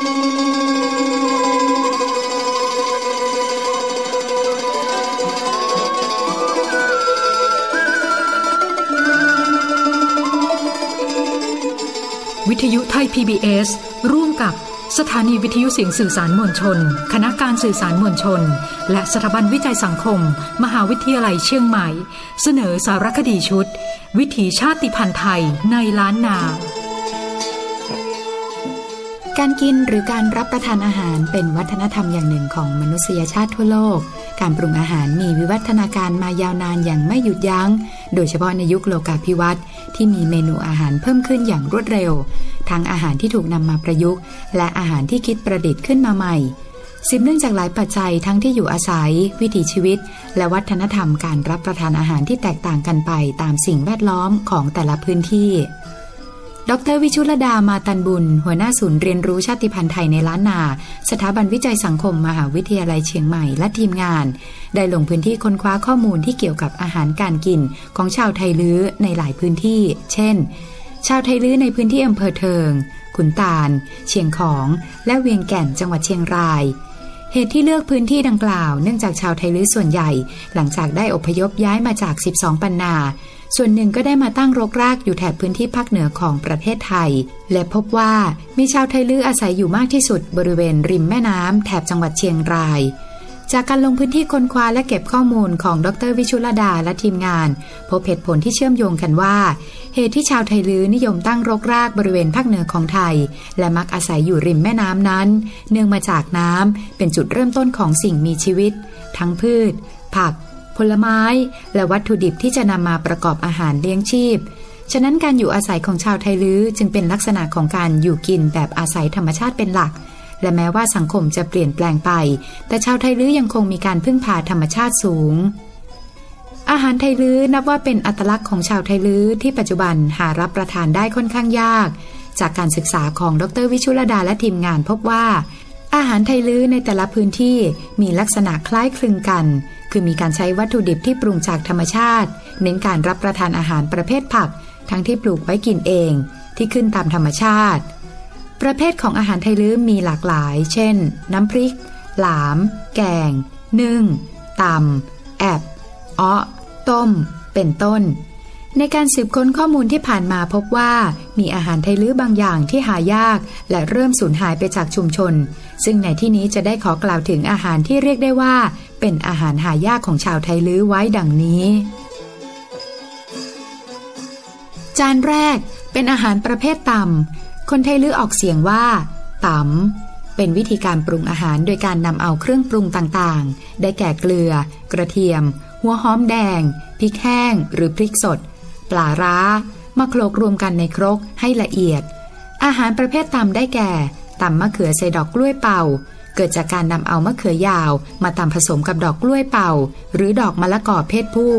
วิทยุไทย PBS ร่วมกับสถานีวิทยุเสียงสื่อสารมวลชนคณะการสื่อสารมวลชนและสถาบันวิจัยสังคมมหาวิทยาลัยเชียงใหม่เสนอสารคดีชุดวิถีชาติพันธุ์ไทยในล้านนาการกินหรือการรับประทานอาหารเป็นวัฒนธรรมอย่างหนึ่งของมนุษยชาติทั่วโลกการปรุงอาหารมีวิวัฒนาการมายาวนานอย่างไม่หยุดยั้งโดยเฉพาะในยุคโลกาภิวัตน์ที่มีเมนูอาหารเพิ่มขึ้นอย่างรวดเร็วทั้งอาหารที่ถูกนำมาประยุกต์และอาหารที่คิดประดิษฐ์ขึ้นมาใหม่สืบเนื่องจากหลายปัจจัยทั้งที่อยู่อาศัยวิถีชีวิตและวัฒนธรรมการรับประทานอาหารที่แตกต่างกันไปตามสิ่งแวดล้อมของแต่ละพื้นที่ดร.วิชุลดามาตันบุญหัวหน้าศูนย์เรียนรู้ชาติพันธุ์ไทยในล้านนาสถาบันวิจัยสังคมมหาวิทยาลัยเชียงใหม่และทีมงานได้ลงพื้นที่ค้นคว้าข้อมูลที่เกี่ยวกับอาหารการกินของชาวไทลื้อในหลายพื้นที่เช่นชาวไทลื้อในพื้นที่อำเภอเทิงขุนตาลเชียงของและเวียงแก่นจังหวัดเชียงรายเหตุที่เลือกพื้นที่ดังกล่าวเนื่องจากชาวไทลื้อส่วนใหญ่หลังจากได้อพยพย้ายมาจาก12ปันนาส่วนหนึ่งก็ได้มาตั้งรกรากอยู่แถบพื้นที่ภาคเหนือของประเทศไทยและพบว่ามีชาวไทลื้ออาศัยอยู่มากที่สุดบริเวณริมแม่น้ำแถบจังหวัดเชียงรายจากการลงพื้นที่ค้นคว้าและเก็บข้อมูลของดร.วิชุลดาและทีมงานพบเหตุผลที่เชื่อมโยงกันว่าเหตุที่ชาวไทลื้อนิยมตั้งรกรากบริเวณภาคเหนือของไทยและมักอาศัยอยู่ริมแม่น้ำนั้นเนื่องมาจากน้ำเป็นจุดเริ่มต้นของสิ่งมีชีวิตทั้งพืชผักผลไม้และวัตถุดิบที่จะนำมาประกอบอาหารเลี้ยงชีพฉะนั้นการอยู่อาศัยของชาวไทลื้อจึงเป็นลักษณะของการอยู่กินแบบอาศัยธรรมชาติเป็นหลักและแม้ว่าสังคมจะเปลี่ยนแปลงไปแต่ชาวไทลื้อยังคงมีการพึ่งพาธรรมชาติสูงอาหารไทลื้อนับว่าเป็นอัตลักษณ์ของชาวไทลื้อที่ปัจจุบันหารับประทานได้ค่อนข้างยากจากการศึกษาของดร.วิชุลดาและทีมงานพบว่าอาหารไทลื้อในแต่ละพื้นที่มีลักษณะคล้ายคลึงกันคือมีการใช้วัตถุดิบที่ปรุงจากธรรมชาติเน้นการรับประทานอาหารประเภทผักทั้งที่ปลูกไว้กินเองที่ขึ้นตามธรรมชาติประเภทของอาหารไทลื้อมีหลากหลายเช่นน้ำพริกหลามแกงนึ่งตำแอบอ้อต้มเป็นต้นในการสืบค้นข้อมูลที่ผ่านมาพบว่ามีอาหารไทลื้อบางอย่างที่หายากและเริ่มสูญหายไปจากชุมชนซึ่งในที่นี้จะได้ขอกล่าวถึงอาหารที่เรียกได้ว่าเป็นอาหารหายากของชาวไทลื้อไว้ดังนี้จานแรกเป็นอาหารประเภทตำคนไทลื้อออกเสียงว่าตำเป็นวิธีการปรุงอาหารโดยการนำเอาเครื่องปรุงต่างๆได้แก่เกลือกระเทียมหัวหอมแดงพริกแห้งหรือพริกสดปลาร้ามาโขลกรวมกันในครกให้ละเอียดอาหารประเภทตำได้แก่ตำมะเขือใส่ดอกกล้วยเป่าเกิดจากการนำเอามะเขือยาวมาตำผสมกับดอกกล้วยเป่าหรือดอกมะละกอเพศผู้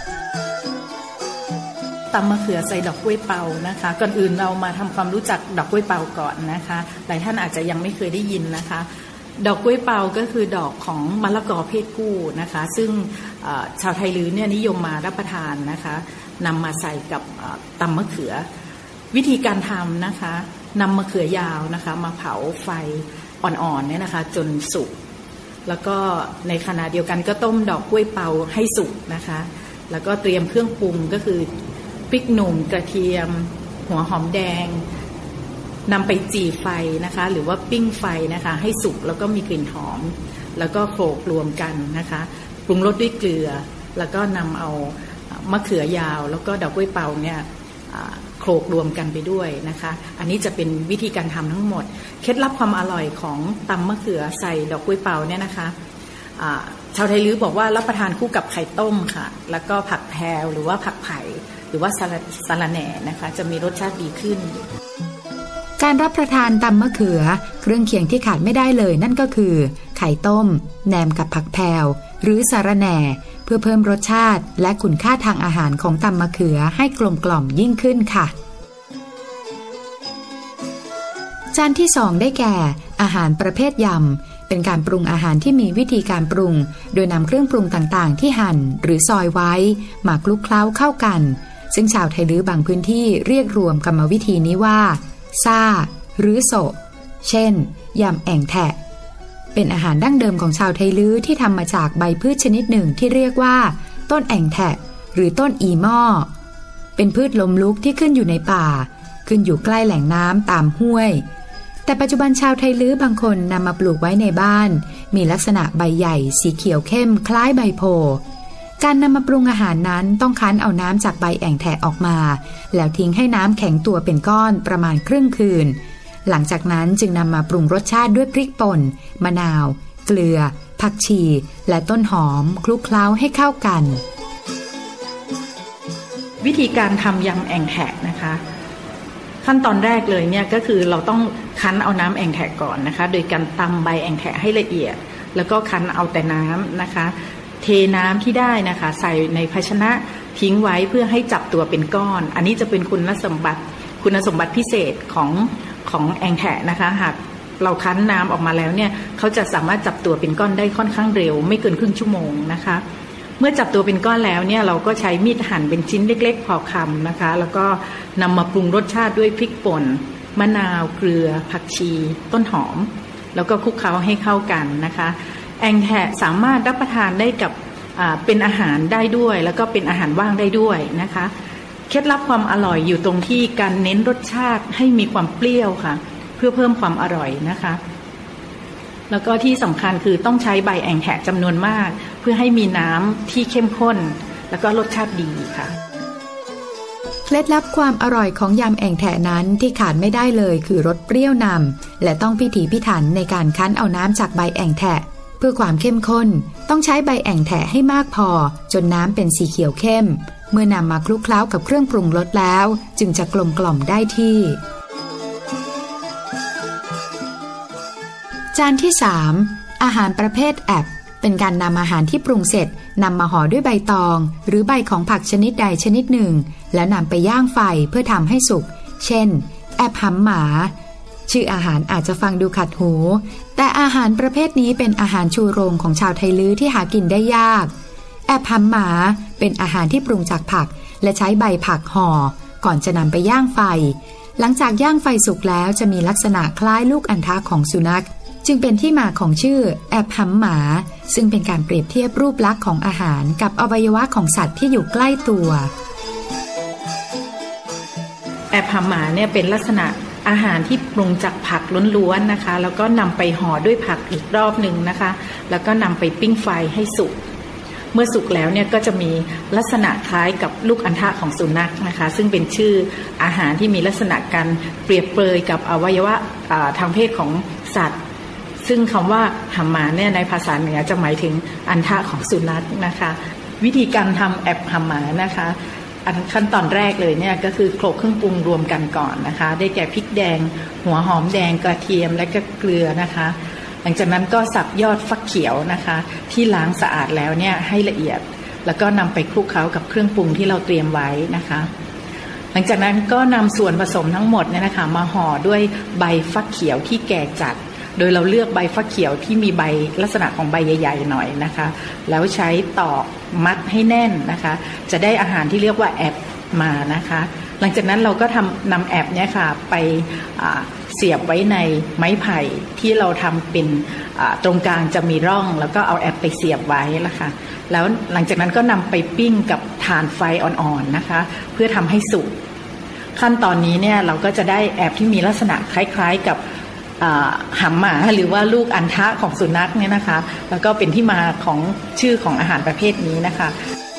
ตำมะเขือใส่ดอกกล้วยเป่านะคะก่อนอื่นเรามาทำความรู้จักดอกกล้วยเป่าก่อนนะคะหลายท่านอาจจะยังไม่เคยได้ยินนะคะดอกกล้วยเป่าก็คือดอกของมะละกอเพศผู้นะคะซึ่งชาวไทลื้อเนี่ยนิยมมารับประทานนะคะนำมาใส่กับตำมะเขือวิธีการทำนะคะนำมะเขือยาวนะคะมาเผาไฟอ่อนๆเนี่ยนะคะจนสุกแล้วก็ในขณะเดียวกันก็ต้มดอกกล้วยเป่าให้สุกนะคะแล้วก็เตรียมเครื่องปรุงก็คือพริกหนุ่มกระเทียมหัวหอมแดงนำไปจี่ไฟนะคะหรือว่าปิ้งไฟนะคะให้สุกแล้วก็มีกลิ่นหอมแล้วก็โขลกรวมกันนะคะปรุงรสด้วยเกลือแล้วก็นำเอามะเขือยาวแล้วก็ดอกกล้วยเป่าเนี่ยโขลกรวมกันไปด้วยนะคะอันนี้จะเป็นวิธีการทำทั้งหมดเคล็ดลับความอร่อยของตำมะเขือใส่ดอกกล้วยเป่าเนี่ยนะคะชาวไทลื้อบอกว่ารับประทานคู่กับไข่ต้มค่ะแล้วก็ผักแพรวหรือว่าผักไผ่หรือว่าสะระแหน่นะคะจะมีรสชาติดีขึ้นการรับประทานตำมะเขือเครื่องเคียงที่ขาดไม่ได้เลยนั่นก็คือไข่ต้มแหนมกับผักแพรวหรือสะระแหน่เพื่อเพิ่มรสชาติและคุณค่าทางอาหารของตำมะเขือให้กลมกล่อมยิ่งขึ้นค่ะจานที่2ได้แก่อาหารประเภทยำเป็นการปรุงอาหารที่มีวิธีการปรุงโดยนำเครื่องปรุงต่างๆที่หั่นหรือซอยไว้มาคลุกเคล้าเข้ากันซึ่งชาวไทลื้อบางพื้นที่เรียกรวมกรรมวิธีนี้ว่าซ่าหรือโสะเช่นยำแอ่งแทะเป็นอาหารดั้งเดิมของชาวไทลื้อที่ทำมาจากใบพืชชนิดหนึ่งที่เรียกว่าต้นแอ่งแทะหรือต้นอีหม้อเป็นพืชล้มลุกที่ขึ้นอยู่ในป่าขึ้นอยู่ใกล้แหล่งน้ำตามห้วยแต่ปัจจุบันชาวไทลื้อบางคนนำมาปลูกไว้ในบ้านมีลักษณะใบใหญ่สีเขียวเข้มคล้ายใบโพการนำมาปรุงอาหารนั้นต้องคั้นเอาน้ำจากใบแอ่งแทะออกมาแล้วทิ้งให้น้ำแข็งตัวเป็นก้อนประมาณครึ่งคืนหลังจากนั้นจึงนำมาปรุงรสชาติด้วยพริกป่นมะนาวเกลือผักชีและต้นหอมคลุกเคล้าให้เข้ากันวิธีการทำยำแอ่งแทะนะคะขั้นตอนแรกเลยเนี่ยก็คือเราต้องคั้นเอาน้ำแอ่งแทะก่อนนะคะโดยการตำใบแอ่งแทะให้ละเอียดแล้วก็คั้นเอาแต่น้ำนะคะเทน้ำที่ได้นะคะใส่ในภาชนะทิ้งไว้เพื่อให้จับตัวเป็นก้อนอันนี้จะเป็นคุณสมบัติพิเศษของแอ่งแทะนะคะหากเราคั้นน้ำออกมาแล้วเนี่ยเขาจะสามารถจับตัวเป็นก้อนได้ค่อนข้างเร็วไม่เกินครึ่งชั่วโมงนะคะเมื่อจับตัวเป็นก้อนแล้วเนี่ยเราก็ใช้มีดหั่นเป็นชิ้นเล็กๆพอคำนะคะแล้วก็นำมาปรุงรสชาติด้วยพริกป่นมะนาวเกลือผักชีต้นหอมแล้วก็คลุกเคล้าให้เข้ากันนะคะแอ่งแทะสามารถรับประทานได้กับเป็นอาหารได้ด้วยแล้วก็เป็นอาหารว่างได้ด้วยนะคะเคล็ดลับความอร่อยอยู่ตรงที่การเน้นรสชาติให้มีความเปรี้ยวค่ะเพื่อเพิ่มความอร่อยนะคะแล้วก็ที่สำคัญคือต้องใช้ใบแอ่งแทะจำนวนมากเพื่อให้มีน้ำที่เข้มข้นแล้วก็รสชาติดีค่ะเคล็ดลับความอร่อยของยำแอ่งแทะนั้นที่ขาดไม่ได้เลยคือรสเปรี้ยวนำและต้องพิถีพิถันในการคั้นเอาน้ำจากใบแอ่งแทะเพื่อความเข้มข้นต้องใช้ใบแอ่งแทะให้มากพอจนน้ำเป็นสีเขียวเข้มเมื่อนำมาคลุกเคล้ากับเครื่องปรุงรสแล้วจึงจะกลมกล่อมได้ที่จานที่ 3 อาหารประเภทแอบเป็นการนำอาหารที่ปรุงเสร็จนำมาห่อด้วยใบตองหรือใบของผักชนิดใดชนิดหนึ่งแล้วนำไปย่างไฟเพื่อทำให้สุกเช่นแอบหำหมาชื่ออาหารอาจจะฟังดูขัดหูแต่อาหารประเภทนี้เป็นอาหารชูโรงของชาวไทลื้อที่หากินได้ยากแอบหำหมาเป็นอาหารที่ปรุงจากผักและใช้ใบผักห่อก่อนจะนำไปย่างไฟหลังจากย่างไฟสุกแล้วจะมีลักษณะคล้ายลูกอัณฑะของสุนัขจึงเป็นที่มาของชื่อแอบหำหมาซึ่งเป็นการเปรียบเทียบรูปลักษณ์ของอาหารกับอวัยวะของสัตว์ที่อยู่ใกล้ตัวแอบหำหมาเนี่ยเป็นลักษณะอาหารที่ปรุงจากผักล้วนๆนะคะแล้วก็นำไปห่อด้วยผักอีกรอบหนึ่งนะคะแล้วก็นำไปปิ้งไฟให้สุกเมื่อสุกแล้วเนี่ยก็จะมีลักษณะคล้ายกับลูกอัณฑะของสุนัขนะคะซึ่งเป็นชื่ออาหารที่มีลักษณะการเปรียบเปรยกับอวัยวะทางเพศของสัตว์ซึ่งคำว่าหำหมาเนี่ยในภาษาเหนือจะหมายถึงอัณฑะของสุนัขนะคะวิธีการทำแอบหำหมานะคะขั้นตอนแรกเลยเนี่ยก็คือโขลกเครื่องปรุงรวมกันก่อนนะคะได้แก่พริกแดงหัวหอมแดงกระเทียมและก็เกลือนะคะหลังจากนั้นก็สับยอดฟักเขียวนะคะที่ล้างสะอาดแล้วเนี่ยให้ละเอียดแล้วก็นำไปคลุกเคล้ากับเครื่องปรุงที่เราเตรียมไว้นะคะหลังจากนั้นก็นำส่วนผสมทั้งหมดเนี่ยนะคะมาห่อด้วยใบฟักเขียวที่แก่จัดโดยเราเลือกใบฟักเขียวที่มีใบลักษณะของใบใหญ่ๆหน่อยนะคะแล้วใช้ตอกมัดให้แน่นนะคะจะได้อาหารที่เรียกว่าแอบมานะคะหลังจากนั้นเราก็นำแอบเนี่ยค่ะไปเสียบไว้ในไม้ไผ่ที่เราทำเป็นตรงกลางจะมีร่องแล้วก็เอาแอบไปเสียบไว้นะคะแล้วหลังจากนั้นก็นำไปปิ้งกับถ่านไฟอ่อนๆนะคะเพื่อทำให้สุกขั้นตอนนี้เนี่ยเราก็จะได้แอบที่มีลักษณะคล้ายๆกับหำหมาหรือว่าลูกอัณฑะของสุนัขเนี่ยนะคะแล้วก็เป็นที่มาของชื่อของอาหารประเภทนี้นะคะ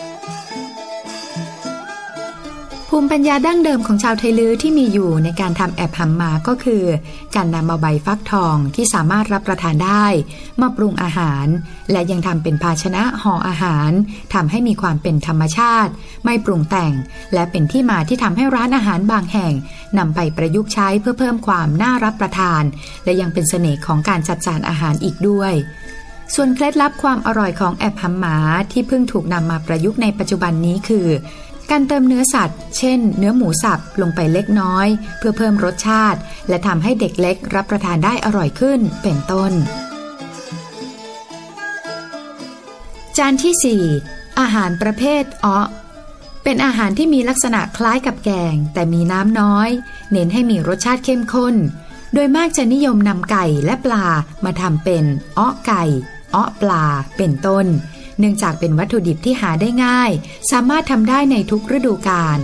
ภูมิปัญญาดั้งเดิมของชาวไทลื้อที่มีอยู่ในการทำแอบหำหมาก็คือการนำเอาใบฟักทองที่สามารถรับประทานได้มาปรุงอาหารและยังทำเป็นภาชนะห่ออาหารทำให้มีความเป็นธรรมชาติไม่ปรุงแต่งและเป็นที่มาที่ทำให้ร้านอาหารบางแห่งนำไปประยุกต์ใช้เพื่อเพิ่มความน่ารับประทานและยังเป็นเสน่ห์ของการจัดจานอาหารอีกด้วยส่วนเคล็ดลับความอร่อยของแอบหำหมาที่เพิ่งถูกนำมาประยุกต์ในปัจจุบันนี้คือการเติมเนื้อสัตว์เช่นเนื้อหมูสับลงไปเล็กน้อยเพื่อเพิ่มรสชาติและทำให้เด็กเล็กรับประทานได้อร่อยขึ้นเป็นต้นจานที่ 4 อาหารประเภทอ๊อเป็นอาหารที่มีลักษณะคล้ายกับแกงแต่มีน้ำน้อยเน้นให้มีรสชาติเข้มข้นโดยมากจะนิยมนำไก่และปลามาทำเป็นอ้อไก่อ้อปลาเป็นต้นเนื่องจากเป็นวัตถุดิบที่หาได้ง่ายสามารถทำได้ในทุกฤดูกาล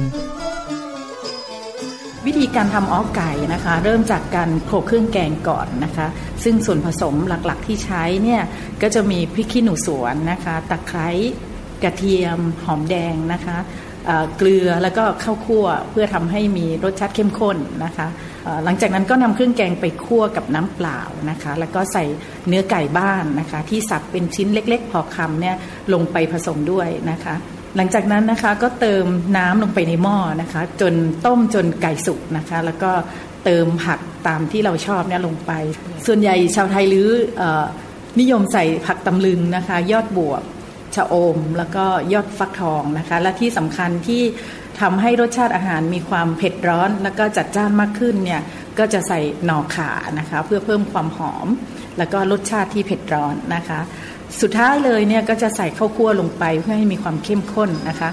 วิธีการทำอ้อไก่นะคะเริ่มจากการโขลกเครื่องแกงก่อนนะคะซึ่งส่วนผสมหลักๆที่ใช้เนี่ยก็จะมีพริกขี้หนูสวนนะคะตะไคร้กระเทียมหอมแดงนะคะเกลือแล้วก็ข้าวคั่วเพื่อทำให้มีรสชาติเข้มข้นนะคะหลังจากนั้นก็นำเครื่องแกงไปคั่วกับน้ำเปล่านะคะแล้วก็ใส่เนื้อไก่บ้านนะคะที่สับเป็นชิ้นเล็กๆพอคำเนี่ยลงไปผสมด้วยนะคะหลังจากนั้นนะคะก็เติมน้ำลงไปในหม้อนะคะจนต้มจนไก่สุกนะคะแล้วก็เติมผักตามที่เราชอบเนี่ยลงไปส่วนใหญ่ชาวไทยลื้อนิยมใส่ผักตำลึงนะคะยอดบวบชะอมแล้วก็ยอดฟักทองนะคะและที่สำคัญที่ทำให้รสชาติอาหารมีความเผ็ดร้อนแล้วก็จัดจ้านมากขึ้นเนี่ยก็จะใส่หน่อข่านะคะเพื่อเพิ่มความหอมแล้วก็รสชาติที่เผ็ดร้อนนะคะสุดท้ายเลยเนี่ยก็จะใส่ข้าวคั่วลงไปเพื่อให้มีความเข้มข้นนะคะ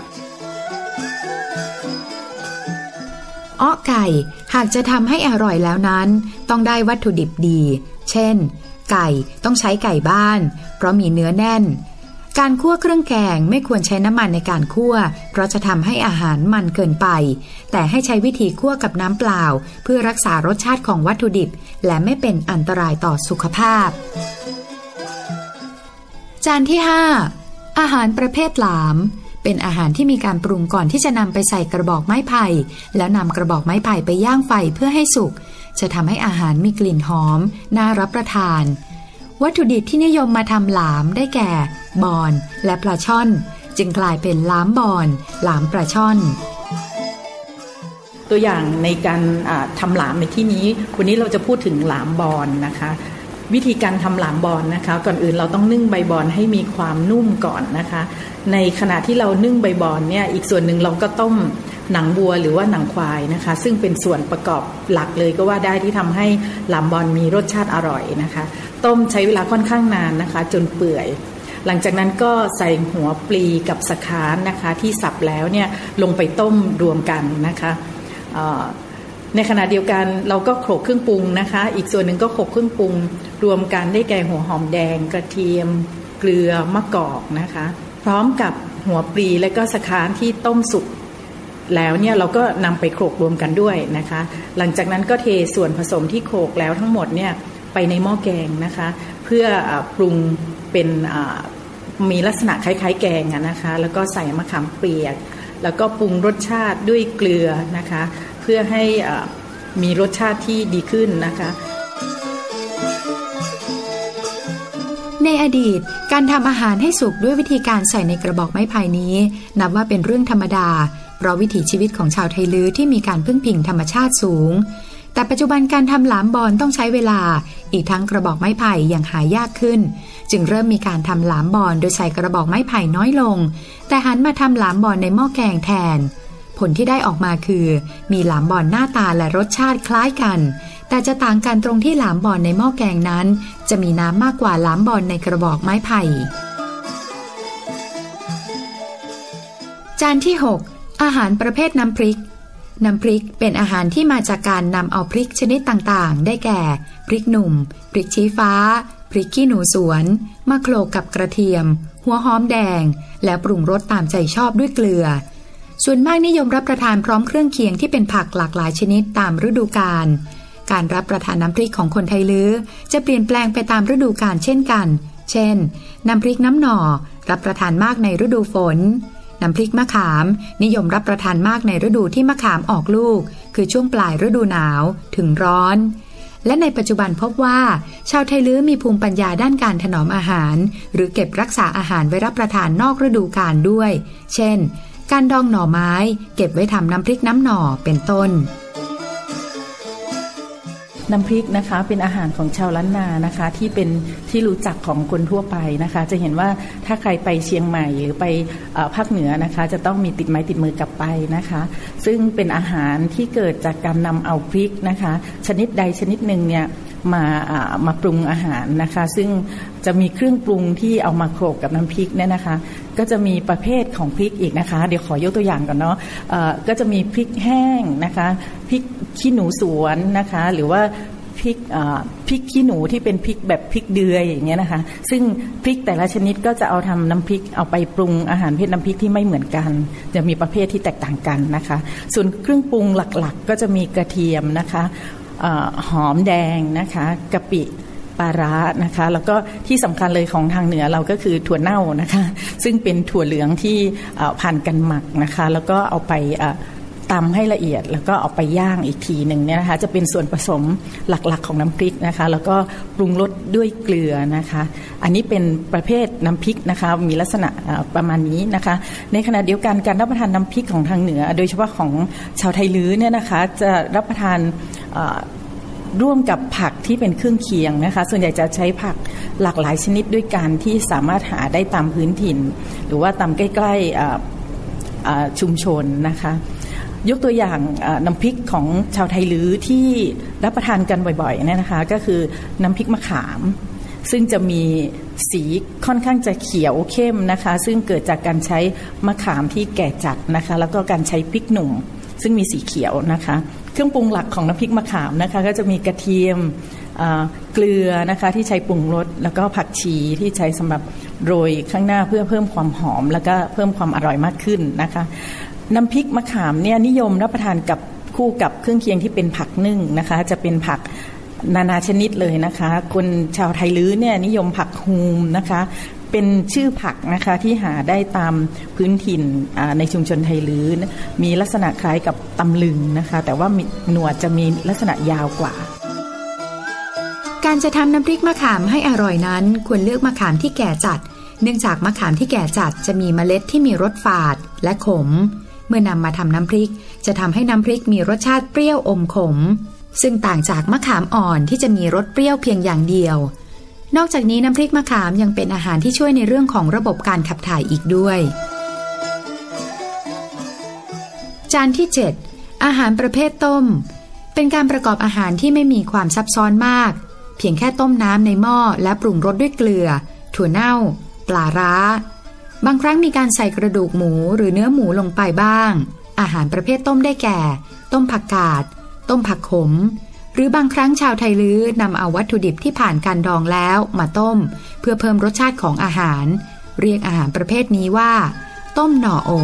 อ้อไก่หากจะทำให้อร่อยแล้วนั้นต้องได้วัตถุดิบดีเช่นไก่ต้องใช้ไก่บ้านเพราะมีเนื้อแน่นการคั่วเครื่องแกงไม่ควรใช้น้ำมันในการคั่วเพราะจะทำให้อาหารมันเกินไปแต่ให้ใช้วิธีคั่วกับน้ำเปล่าเพื่อรักษารสชาติของวัตถุดิบและไม่เป็นอันตรายต่อสุขภาพจานที่5อาหารประเภทหลามเป็นอาหารที่มีการปรุงก่อนที่จะนำไปใส่กระบอกไม้ไผ่แล้วนำกระบอกไม้ไผ่ไปย่างไฟเพื่อให้สุกจะทำให้อาหารมีกลิ่นหอมน่ารับประทานวัตถุดิบที่นิยมมาทำหลามได้แก่บอนและปลาช่อนจึงกลายเป็นหลามบอนหลามปลาช่อนตัวอย่างในการทำหลามในที่นี้วันนี้เราจะพูดถึงหลามบอนนะคะวิธีการทำหลามบอนนะคะก่อนอื่นเราต้องนึ่งใบบอนให้มีความนุ่มก่อนนะคะในขณะที่เรานึ่งใบบอนเนี่ยอีกส่วนหนึ่งเราก็ต้มหนังวัวหรือว่าหนังควายนะคะซึ่งเป็นส่วนประกอบหลักเลยก็ว่าได้ที่ทำให้หลามบอนมีรสชาติอร่อยนะคะต้มใช้เวลาค่อนข้างนานนะคะจนเปื่อยหลังจากนั้นก็ใส่หัวปลีกับสะค้านนะคะที่สับแล้วเนี่ยลงไปต้มรวมกันนะคะในขณะเดียวกันเราก็โขลกเครื่องปรุงนะคะอีกส่วนหนึ่งก็โขลกเครื่องปรุงรวมกันได้แก่หัวหอมแดงกระเทียมเกลือมะกอกนะคะพร้อมกับหัวปลีและก็สะค้านที่ต้มสุกแล้วเนี่ยเราก็นำไปโขลกรวมกันด้วยนะคะหลังจากนั้นก็เทส่วนผสมที่โขลกแล้วทั้งหมดเนี่ยไปในหม้อแกงนะคะเพื่อปรุงเป็นมีลักษณะคล้ายๆแกงนะคะแล้วก็ใส่มะขามเปียกแล้วก็ปรุงรสชาติด้วยเกลือนะคะเพื่อให้มีรสชาติที่ดีขึ้นนะคะในอดีตการทำอาหารให้สุกด้วยวิธีการใส่ในกระบอกไม้ไผ่นี้นับว่าเป็นเรื่องธรรมดาเพราะวิถีชีวิตของชาวไทลื้อที่มีการพึ่งพิงธรรมชาติสูงแต่ปัจจุบันการทำหลามบอนต้องใช้เวลาอีกทั้งกระบอกไม้ไผ่ยังหายากขึ้นจึงเริ่มมีการทำหลามบอนโดยใส่กระบอกไม้ไผ่น้อยลงแต่หันมาทำหลามบอนในหม้อแกงแทนผลที่ได้ออกมาคือมีหลามบอนหน้าตาและรสชาติคล้ายกันแต่จะต่างกันตรงที่หลามบอนในหม้อแกงนั้นจะมีน้ำมากกว่าหลามบอนในกระบอกไม้ไผ่จานที่6อาหารประเภทน้ำพริกน้ำพริกเป็นอาหารที่มาจากการนำเอาพริกชนิดต่างๆได้แก่พริกหนุ่มพริกชี้ฟ้าพริกขี้หนูสวนมาโขลกกับกระเทียมหัวหอมแดงแล้วปรุงรสตามใจชอบด้วยเกลือส่วนมากนิยมรับประทานพร้อมเครื่องเคียงที่เป็นผักหลากหลายชนิดตามฤดูกาลการรับประทานน้ำพริกของคนไทลื้อจะเปลี่ยนแปลงไปตามฤดูกาลเช่นกันเช่นน้ำพริกน้ำหน่อรับประทานมากในฤดูฝนน้ำพริกมะขามนิยมรับประทานมากในฤดูที่มะขามออกลูกคือช่วงปลายฤดูหนาวถึงร้อนและในปัจจุบันพบว่าชาวไทลื้อมีภูมิปัญญาด้านการถนอมอาหารหรือเก็บรักษาอาหารไว้รับประทานนอกฤดูกาลด้วยเช่นการดองหน่อไม้เก็บไว้ทำน้ำพริกน้ำหน่อเป็นต้นน้ำพริกนะคะเป็นอาหารของชาวล้านนานะคะที่เป็นที่รู้จักของคนทั่วไปนะคะจะเห็นว่าถ้าใครไปเชียงใหม่หรือไปภาคเหนือนะคะจะต้องมีติดไม้ติดมือกลับไปนะคะซึ่งเป็นอาหารที่เกิดจากการนำเอาพริกนะคะชนิดใดชนิดหนึ่งเนี่ยมาปรุงอาหารนะคะซึ่งจะมีเครื่องปรุงที่เอามาโขลกกับน้ำพริกเนี่ยนะคะก็จะมีประเภทของพริกอีกนะคะเดี๋ยวขอยกตัวอย่างก่อนเนาะก็จะมีพริกแห้งนะคะพริกขี้หนูสวนนะคะหรือว่าพพริกขี้หนูที่เป็นพริกแบบพริกเดือยอย่างเงี้ยนะคะซึ่งพริกแต่ละชนิดก็จะเอาทำน้ำพริกเอาไปปรุงอาหารเพศน้ำพริกที่ไม่เหมือนกันจะมีประเภทที่แตกต่างกันนะคะส่วนเครื่องปรุงหลักๆก็จะมีกระเทียมนะคะหอมแดงนะคะกะปิปลาร้านะคะแล้วก็ที่สำคัญเลยของทางเหนือเราก็คือถั่วเน่านะคะซึ่งเป็นถั่วเหลืองที่ผ่านการหมักนะคะแล้วก็เอาไปตำให้ละเอียดแล้วก็เอาไปย่างอีกทีหนึ่งเนี่ยนะคะจะเป็นส่วนผสมหลักๆของน้ำพริกนะคะแล้วก็ปรุงรสด้วยเกลือนะคะอันนี้เป็นประเภทน้ำพริกนะคะมีลักษณะประมาณนี้นะคะในขณะเดียวกันการรับประทานน้ำพริกของทางเหนือโดยเฉพาะของชาวไทลื้อเนี่ยนะคะจะรับประทานร่วมกับผักที่เป็นเครื่องเคียงนะคะส่วนใหญ่จะใช้ผักหลากหลายชนิดด้วยกันที่สามารถหาได้ตามพื้นถิ่นหรือว่าตามใกล้ๆชุมชนนะคะยกตัวอย่างน้ำพริกของชาวไทลื้อที่รับประทานกันบ่อยๆเนี่ยนะคะก็คือน้ำพริกมะขามซึ่งจะมีสีค่อนข้างจะเขียวเข้มนะคะซึ่งเกิดจากการใช้มะขามที่แก่จัดนะคะแล้วก็การใช้พริกหนุ่มซึ่งมีสีเขียวนะคะเครื่องปรุงหลักของน้ำพริกมะขามนะคะก็จะมีกระเทียมเกลือนะคะที่ใช้ปรุงรสแล้วก็ผักชีที่ใช้สำหรับโรยข้างหน้าเพื่อเพิ่มความหอมแล้วก็เพิ่มความอร่อยมากขึ้นนะคะน้ำพริกมะขามเนี่ยนิยมรับประทานกับคู่กับเครื่องเคียงที่เป็นผักนึ่งนะคะจะเป็นผักนานาชนิดเลยนะคะคนชาวไทลื้อเนี่ยนิยมผักฮูมนะคะเป็นชื่อผักนะคะที่หาได้ตามพื้นถิ่นในชุมชนไทลื้อมีลักษณะคล้ายกับตำลึงนะคะแต่ว่าหนวดจะมีลักษณะยาวกว่าการจะทำน้ำพริกมะขามให้อร่อยนั้นควรเลือกมะขามที่แก่จัดเนื่องจากมะขามที่แก่จัดจะมีเมล็ดที่มีรสฝาดและขมเมื่อนำมาทำน้ำพริกจะทำให้น้ำพริกมีรสชาติเปรี้ยวอมขมซึ่งต่างจากมะขามอ่อนที่จะมีรสเปรี้ยวเพียงอย่างเดียวนอกจากนี้น้ำพริกมะขามยังเป็นอาหารที่ช่วยในเรื่องของระบบการขับถ่ายอีกด้วยจานที่ 7 อาหารประเภทต้มเป็นการประกอบอาหารที่ไม่มีความซับซ้อนมากเพียงแค่ต้มน้ำในหม้อและปรุงรสด้วยเกลือถั่วเน่าปลาร้าบางครั้งมีการใส่กระดูกหมูหรือเนื้อหมูลงไปบ้างอาหารประเภทต้มได้แก่ต้มผักกาดต้มผักขมหรือบางครั้งชาวไทลื้อนำเอาวัตถุดิบที่ผ่านการดองแล้วมาต้มเพื่อเพิ่มรสชาติของอาหารเรียกอาหารประเภทนี้ว่าต้มหน่อโอ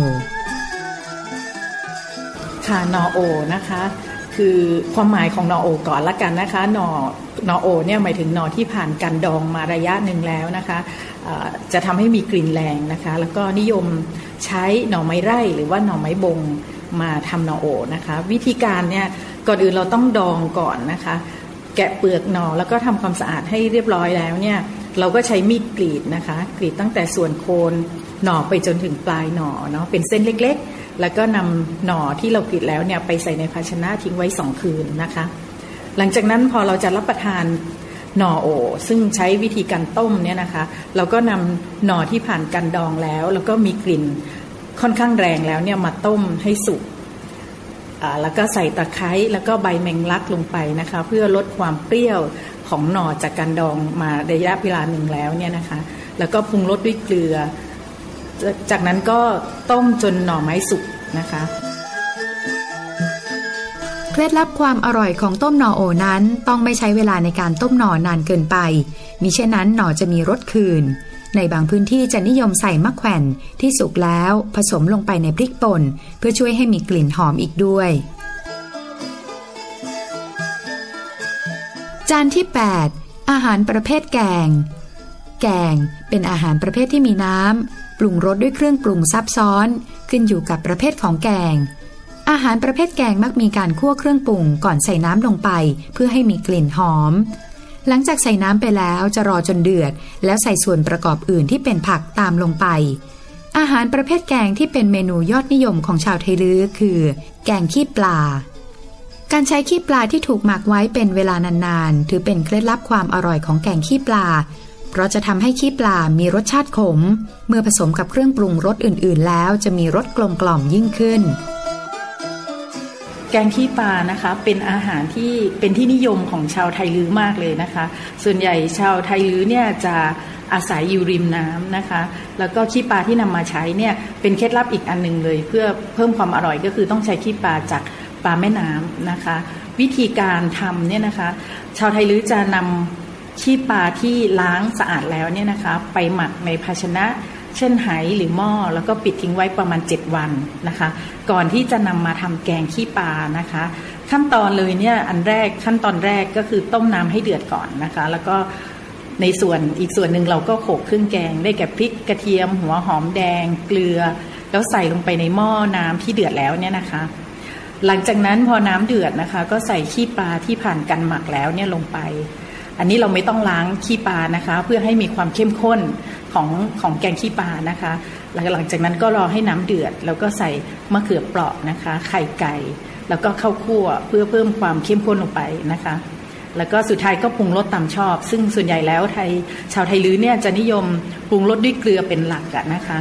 ค่ะหน่อโอนะคะคือความหมายของหน่อโอก่อนละกันนะคะหน่อโอเนี่ยหมายถึงหน่อที่ผ่านการดองมาระยะหนึ่งแล้วนะคะจะทำให้มีกลิ่นแรงนะคะแล้วก็นิยมใช้หน่อไม้ไร่หรือว่าหน่อไม้บงมาทำหน่อโอนะคะวิธีการเนี่ยก่อนอื่นเราต้องดองก่อนนะคะแกะเปลือกหน่อแล้วก็ทำความสะอาดให้เรียบร้อยแล้วเนี่ยเราก็ใช้มีดกรีดนะคะกรีดตั้งแต่ส่วนโคนหน่อไปจนถึงปลายหน่อเนาะเป็นเส้นเล็กๆแล้วก็นำหน่อที่เรากรีดแล้วเนี่ยไปใส่ในภาชนะทิ้งไว้2 คืนนะคะหลังจากนั้นพอเราจะรับประทานหน่อโอซึ่งใช้วิธีการต้มเนี่ยนะคะเราก็นำหน่อที่ผ่านการดองแล้วก็มีกลิ่นค่อนข้างแรงแล้วเนี่ยมาต้มให้สุกแล้วก็ใส่ตะไคร้แล้วก็ใบแมงลักลงไปนะคะเพื่อลดความเปรี้ยวของหน่อจากการดองมาระยะเวลาหนึ่งแล้วเนี่ยนะคะแล้วก็ปรุงรสด้วยเกลือจากนั้นก็ต้มจนหน่อไม้สุกนะคะเคล็ดลับความอร่อยของต้มหน่อโอนั้นต้องไม่ใช้เวลาในการต้มหน่อนานเกินไปมิเช่นนั้นหน่อจะมีรสคืนในบางพื้นที่จะนิยมใส่มะแขวนที่สุกแล้วผสมลงไปในพริกป่นเพื่อช่วยให้มีกลิ่นหอมอีกด้วยจานที่ 8 อาหารประเภทแกงเป็นอาหารประเภทที่มีน้ำปรุงรสด้วยเครื่องปรุงซับซ้อนขึ้นอยู่กับประเภทของแกงอาหารประเภทแกงมักมีการคั่วเครื่องปรุงก่อนใส่น้ำลงไปเพื่อให้มีกลิ่นหอมหลังจากใส่น้ำไปแล้วจะรอจนเดือดแล้วใส่ส่วนประกอบอื่นที่เป็นผักตามลงไปอาหารประเภทแกงที่เป็นเมนูยอดนิยมของชาวไทลื้อคือแกงขี้ปลาการใช้ขี้ปลาที่ถูกหมักไว้เป็นเวลานานๆถือเป็นเคล็ดลับความอร่อยของแกงขี้ปลาเพราะจะทำให้ขี้ปลามีรสชาติขมเมื่อผสมกับเครื่องปรุงรสอื่นๆแล้วจะมีรสกลมกล่อมยิ่งขึ้นแกงขี้ปลานะคะเป็นอาหารที่เป็นที่นิยมของชาวไทลื้อมากเลยนะคะส่วนใหญ่ชาวไทลื้อเนี่ยจะอาศัยอยู่ริมน้ำนะคะแล้วก็ขี้ปลาที่นำมาใช้เนี่ยเป็นเคล็ดลับอีกอันนึงเลยเพื่อเพิ่มความอร่อยก็คือต้องใช้ขี้ปลาจากปลาแม่น้ำนะคะวิธีการทำเนี่ยนะคะชาวไทลื้อจะนำขี้ปลาที่ล้างสะอาดแล้วเนี่ยนะคะไปหมักในภาชนะเช่นไหหรือหม้อแล้วก็ปิดทิ้งไว้ประมาณ7 วันนะคะก่อนที่จะนำมาทำแกงขี้ปลานะคะขั้นตอนเลยเนี่ยขั้นตอนแรกก็คือต้มน้ำให้เดือดก่อนนะคะแล้วก็ในอีกส่วนหนึ่งเราก็โขลกเครื่องแกงได้แก่พริกกระเทียมหัวหอมแดงเกลือแล้วใส่ลงไปในหม้อน้ำที่เดือดแล้วเนี่ยนะคะหลังจากนั้นพอน้ำเดือดนะคะก็ใส่ขี้ปลาที่ผ่านการหมักแล้วเนี่ยลงไปอันนี้เราไม่ต้องล้างขี้ปลานะคะเพื่อให้มีความเข้มข้นของแกงขี้ปลานะคะหลังจากนั้นก็รอให้น้ำเดือดแล้วก็ใส่มะเขือเปราะนะคะไข่ไก่แล้วก็ข้าวคั่วเพื่อเพิ่มความเข้มข้นลงไปนะคะแล้วก็สุดท้ายก็ปรุงรสตามชอบซึ่งส่วนใหญ่แล้วชาวไทลื้อเนี่ยจะนิยมปรุงรสด้วยเกลือเป็นหลักนะคะ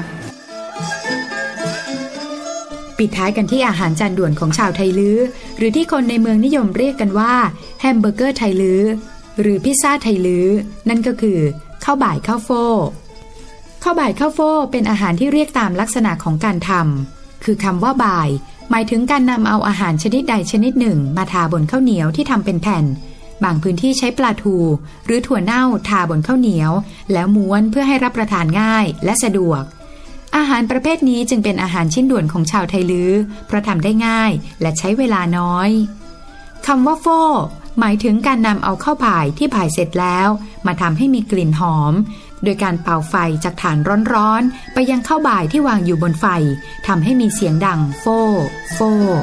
ปิดท้ายกันที่อาหารจานด่วนของชาวไทลื้อหรือที่คนในเมืองนิยมเรียกกันว่าแฮมเบอร์เกอร์ไทลื้อหรือพิซซ่าไทลื้อนั่นก็คือข้าวบ่ายข้าวโฟข้าวบ่ายข้าวโฟเป็นอาหารที่เรียกตามลักษณะของการทำคือคำว่าบ่ายหมายถึงการนำเอาอาหารชนิดใดชนิดหนึ่งมาทาบนข้าวเหนียวที่ทำเป็นแผ่นบางพื้นที่ใช้ปลาทูหรือถั่วเน่าทาบนข้าวเหนียวแล้วม้วนเพื่อให้รับประทานง่ายและสะดวกอาหารประเภทนี้จึงเป็นอาหารชิ้นด่วนของชาวไทลื้อเพราะทำได้ง่ายและใช้เวลาน้อยคำว่าโฟหมายถึงการนำเอาข้าวบ่ายที่บ่ายเสร็จแล้วมาทำให้มีกลิ่นหอมโดยการเป่าไฟจากถ่านร้อนๆไปยังข้าวบ่ายที่วางอยู่บนไฟทำให้มีเสียงดังโฟโฟ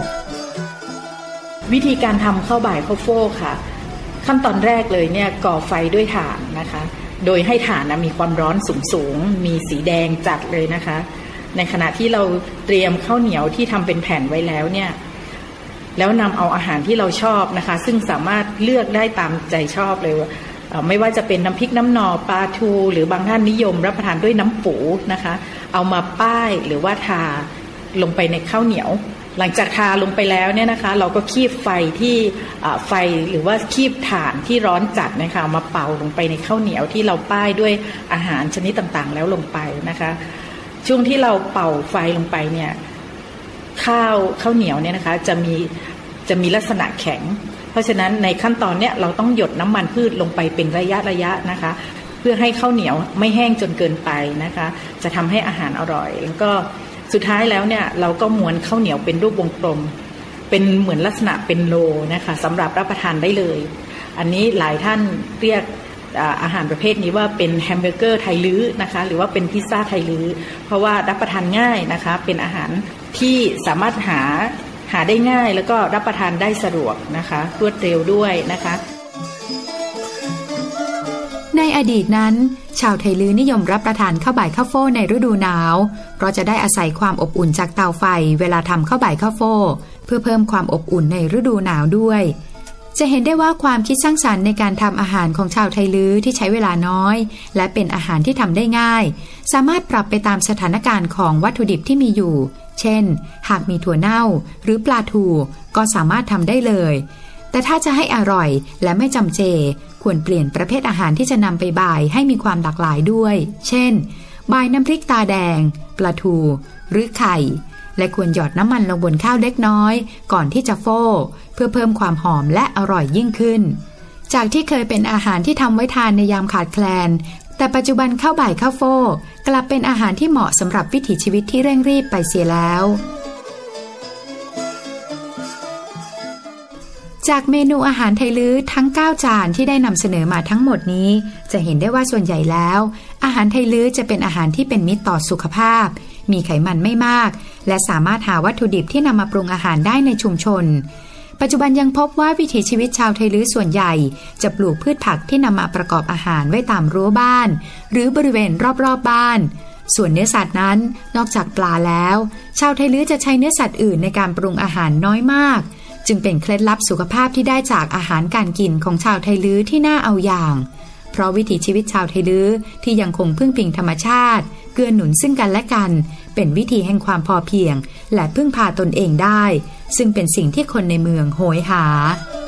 วิธีการทำข้าวบ่ายข้าวโฟค่ะขั้นตอนแรกเลยเนี่ยก่อไฟด้วยถ่านนะคะโดยให้ถ่านมีความร้อนสูงมีสีแดงจัดเลยนะคะในขณะที่เราเตรียมข้าวเหนียวที่ทำเป็นแผ่นไว้แล้วเนี่ยแล้วนำเอาอาหารที่เราชอบนะคะซึ่งสามารถเลือกได้ตามใจชอบเลยไม่ว่าจะเป็นน้ำพริกน้ำหน่อปลาทูหรือบางท่านนิยมรับประทานด้วยน้ำปูนะคะเอามาป้ายหรือว่าทาลงไปในข้าวเหนียวหลังจากทาลงไปแล้วเนี่ยนะคะเราก็คีบไฟที่ไฟหรือว่าคีบถ่านที่ร้อนจัดนะคะมาเป่าลงไปในข้าวเหนียวที่เราป้ายด้วยอาหารชนิดต่างๆแล้วลงไปนะคะช่วงที่เราเป่าไฟลงไปเนี่ยข้าวเหนียวเนี่ยนะคะจะมีลักษณะแข็งเพราะฉะนั้นในขั้นตอนเนี้ยเราต้องหยดน้ำมันพืชลงไปเป็นระยะนะคะเพื่อให้ข้าวเหนียวไม่แห้งจนเกินไปนะคะจะทำให้อาหารอร่อยแล้วก็สุดท้ายแล้วเนี่ยเราก็ม้วนข้าวเหนียวเป็นรูปวงกลมเป็นเหมือนลักษณะเป็นโลนะคะสำหรับรับประทานได้เลยอันนี้หลายท่านเรียกอาหารประเภทนี้ว่าเป็นแฮมเบอร์เกอร์ไทลื้อนะคะหรือว่าเป็นพิซซ่าไทลื้อเพราะว่ารับประทานง่ายนะคะเป็นอาหารที่สามารถหาได้ง่ายแล้วก็รับประทานได้สะดวกนะคะรวดเร็วด้วยนะคะในอดีตนั้นชาวไทลื้อนิยมรับประทานข้าวบ่ายข้าวโฟในฤดูหนาวเพราะจะได้อาศัยความอบอุ่นจากเตาไฟเวลาทำข้าวบ่ายข้าวโฟเพื่อเพิ่มความอบอุ่นในฤดูหนาวด้วยจะเห็นได้ว่าความคิดสร้างสรรค์ในการทำอาหารของชาวไทลื้อที่ใช้เวลาน้อยและเป็นอาหารที่ทำได้ง่ายสามารถปรับไปตามสถานการณ์ของวัตถุดิบที่มีอยู่เช่นหากมีถั่วเน่าหรือปลาทูก็สามารถทำได้เลยแต่ถ้าจะให้อร่อยและไม่จำเจควรเปลี่ยนประเภทอาหารที่จะนำไปบ่ายให้มีความหลากหลายด้วยเช่นบ่ายน้ำพริกตาแดงปลาทูหรือไข่และควรหยอดน้ำมันลงบนข้าวเล็กน้อยก่อนที่จะโฟเพื่อเพิ่มความหอมและอร่อยยิ่งขึ้นจากที่เคยเป็นอาหารที่ทำไว้ทานในยามขาดแคลนแต่ปัจจุบันข้าวบ่ายข้าวโฟกลับเป็นอาหารที่เหมาะสำหรับวิถีชีวิตที่เร่งรีบไปเสียแล้วจากเมนูอาหารไทลื้อทั้ง9จานที่ได้นำเสนอมาทั้งหมดนี้จะเห็นได้ว่าส่วนใหญ่แล้วอาหารไทลื้อจะเป็นอาหารที่เป็นมิตรต่อสุขภาพมีไขมันไม่มากและสามารถหาวัตถุดิบที่นำมาปรุงอาหารได้ในชุมชนปัจจุบันยังพบว่าวิถีชีวิตชาวไทลื้อส่วนใหญ่จะปลูกพืชผักที่นำมาประกอบอาหารไว้ตามรั้วบ้านหรือบริเวณรอบๆบ้านส่วนเนื้อสัตว์นั้นนอกจากปลาแล้วชาวไทลื้อจะใช้เนื้อสัตว์อื่นในการปรุงอาหารน้อยมากจึงเป็นเคล็ดลับสุขภาพที่ได้จากอาหารการกินของชาวไทลื้อที่น่าเอาอย่างเพราะวิถีชีวิตชาวไทลื้อที่ยังคงพึ่งพิงธรรมชาติเกื้อหนุนซึ่งกันและกันเป็นวิธีแห่งความพอเพียงและพึ่งพาตนเองได้ซึ่งเป็นสิ่งที่คนในเมืองโหยหา